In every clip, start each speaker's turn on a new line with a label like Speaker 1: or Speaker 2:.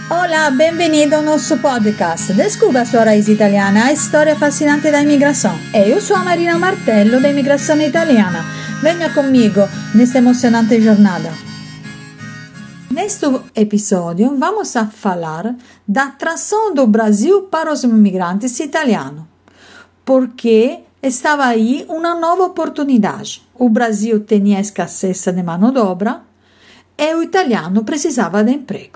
Speaker 1: Olá, bem-vindo ao nosso podcast. Descubra a sua raiz italiana, a história fascinante da imigração. Eu sou a Marina Martello, da Imigração Italiana. Venha comigo nesta emocionante jornada. Neste episódio, vamos a falar da atração do Brasil para os imigrantes italianos, porque estava aí uma nova oportunidade. O Brasil tinha escassez de mão de obra e o italiano precisava de emprego.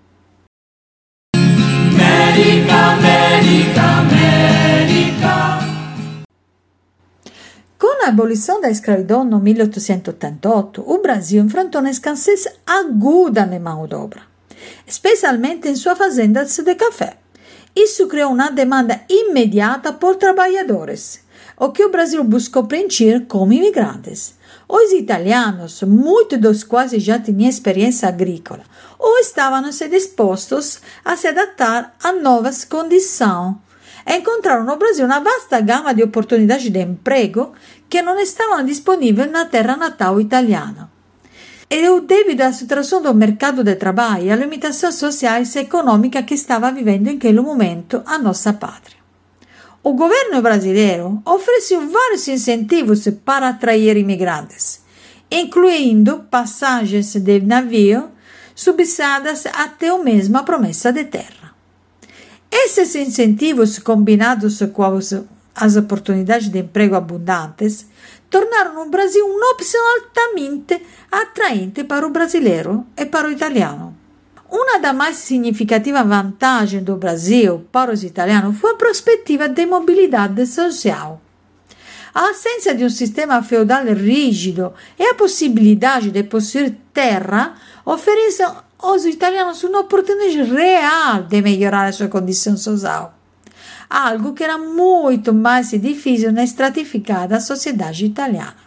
Speaker 1: Com a abolição da escravidão no 1888, o Brasil enfrentou uma escassez aguda de mão de obra, especialmente em suas fazendas de café. Isso criou uma demanda imediata por trabalhadores, o que o Brasil buscou preencher como imigrantes. Os italianos, muitos dos quais já tinham experiência agrícola, ou estavam dispostos a se adaptar a novas condições. Encontraram no Brasil uma vasta gama de oportunidades de emprego que não estavam disponíveis na terra natal italiana. E devido à situação do mercado de trabalho e à limitação social e econômica que estava vivendo em aquele momento a nossa pátria. O governo brasileiro ofereceu vários incentivos para atrair imigrantes, incluindo passagens de navio subsidiadas até mesmo a promessa de terra. Esses incentivos, combinados com as oportunidades de emprego abundantes, tornaram o Brasil uma opção altamente atraente para o brasileiro e para o italiano. Uma das mais significativas vantagens do Brasil para os italianos foi a perspectiva de mobilidade social. A ausência de um sistema feudal rígido e a possibilidade de possuir terra oferecem aos italianos uma oportunidade real de melhorar a sua condição social, algo que era muito mais difícil na estratificada sociedade italiana.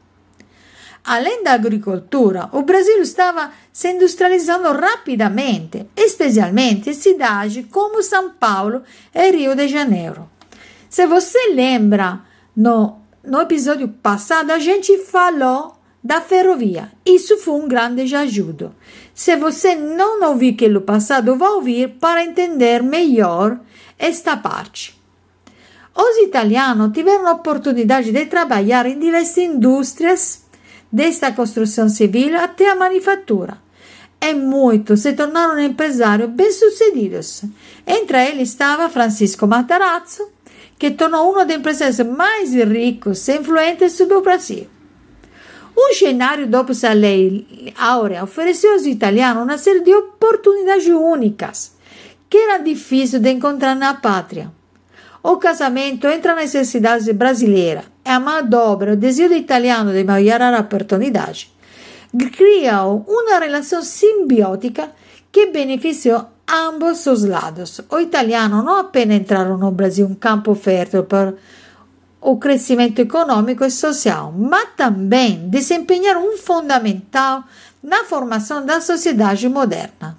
Speaker 1: Além da agricultura, o Brasil estava se industrializando rapidamente, especialmente em cidades como São Paulo e Rio de Janeiro. Se você lembra, no episódio passado a gente falou da ferrovia. Isso foi um grande ajuda. Se você não ouviu aquilo passado, vá ouvir para entender melhor esta parte. Os italianos tiveram a oportunidade de trabalhar em diversas indústrias, desde a construção civil até a manufatura. E muitos se tornaram empresários bem-sucedidos. Entre eles estava Francisco Matarazzo, que tornou um dos empresários mais ricos e influentes do Brasil. O cenário dopo a Lei Áurea ofereceu aos italianos uma série de oportunidades únicas, que era difícil de encontrar na pátria. O casamento entre a necessidade brasileira e a mão de obra, o desejo italiano de melhorar a oportunidade, criou uma relação simbiótica que beneficiou ambos os lados. O italiano não apenas entraram no Brasil um campo fértil para o crescimento econômico e social, mas também desempenharam um fundamental na formação da sociedade moderna.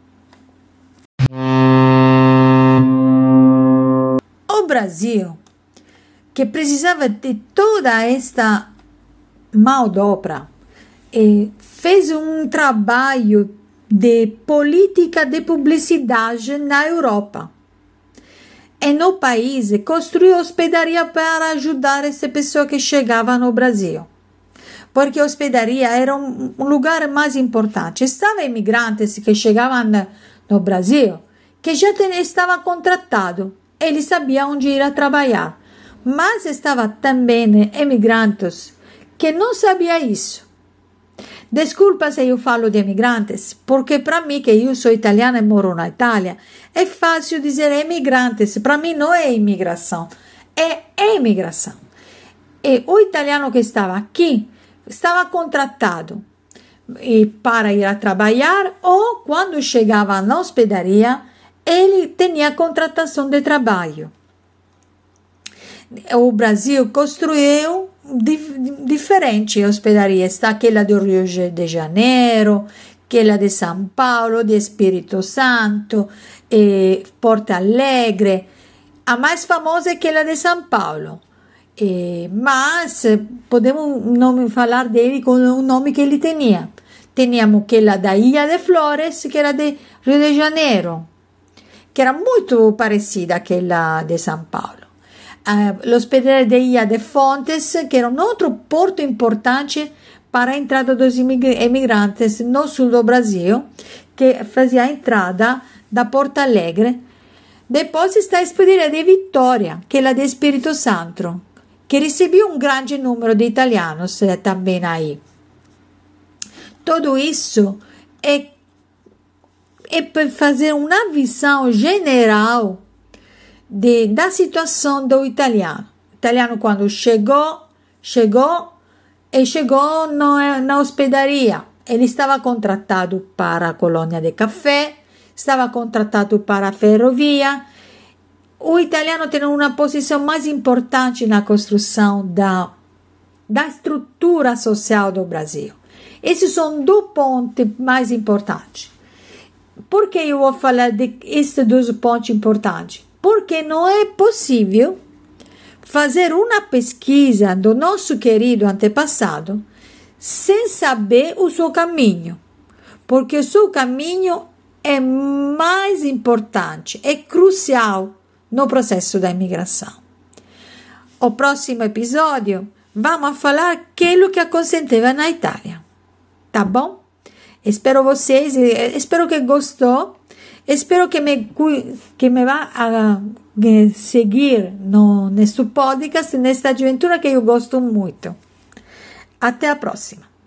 Speaker 1: O Brasil, que precisava de toda esta mão de obra, fez um trabalho de política de publicidade na Europa. E no país construiu hospedaria para ajudar essa pessoa que chegava no Brasil. Porque a hospedaria era um lugar mais importante. Estavam imigrantes que chegavam no Brasil, que já estavam contratados. Eles sabiam onde ir a trabalhar. Mas estavam também imigrantes que não sabiam isso. Desculpa se eu falo de imigrantes, porque para mim, que eu sou italiana e moro na Itália, é fácil dizer imigrantes. Para mim não é imigração, é emigração. E o italiano que estava aqui estava contratado para ir a trabalhar, ou quando chegava na hospedaria, ele tinha contratação de trabalho. O Brasil construiu diferente hospedaria. Está aquela do Rio de Janeiro, aquela de São Paulo, de Espírito Santo, Porto Alegre. A mais famosa é aquela de São Paulo. Mas podemos não falar dele com o nome que ele tinha. Teníamos aquela da Ilha de Flores, que era de Rio de Janeiro, que era muito parecida àquela de São Paulo. L'ospedale de Ilha de Fontes, que era um outro porto importante para a entrada dos imigrantes no sul do Brasil, que fazia a entrada da Porto Alegre. Depois está a Ospedale de Vitória, que é a de Espírito Santo, que recebeu um grande número de italianos também aí. Tudo isso é para fazer uma visão geral da situação do italiano. O italiano, quando chegou na hospedaria. Ele estava contratado para a colônia de café, estava contratado para a ferrovia. O italiano tem uma posição mais importante na construção da estrutura social do Brasil. Esses são dois pontos mais importantes. Por que eu vou falar destes dois pontos importantes? Porque não é possível fazer uma pesquisa do nosso querido antepassado sem saber o seu caminho. Porque o seu caminho é mais importante, é crucial no processo da imigração. O próximo episódio, vamos falar aquilo que aconteceu na Itália. Tá bom? Espero vocês, espero que gostou, espero que me vá a seguir neste podcast, nesta aventura que eu gosto muito. Até a próxima.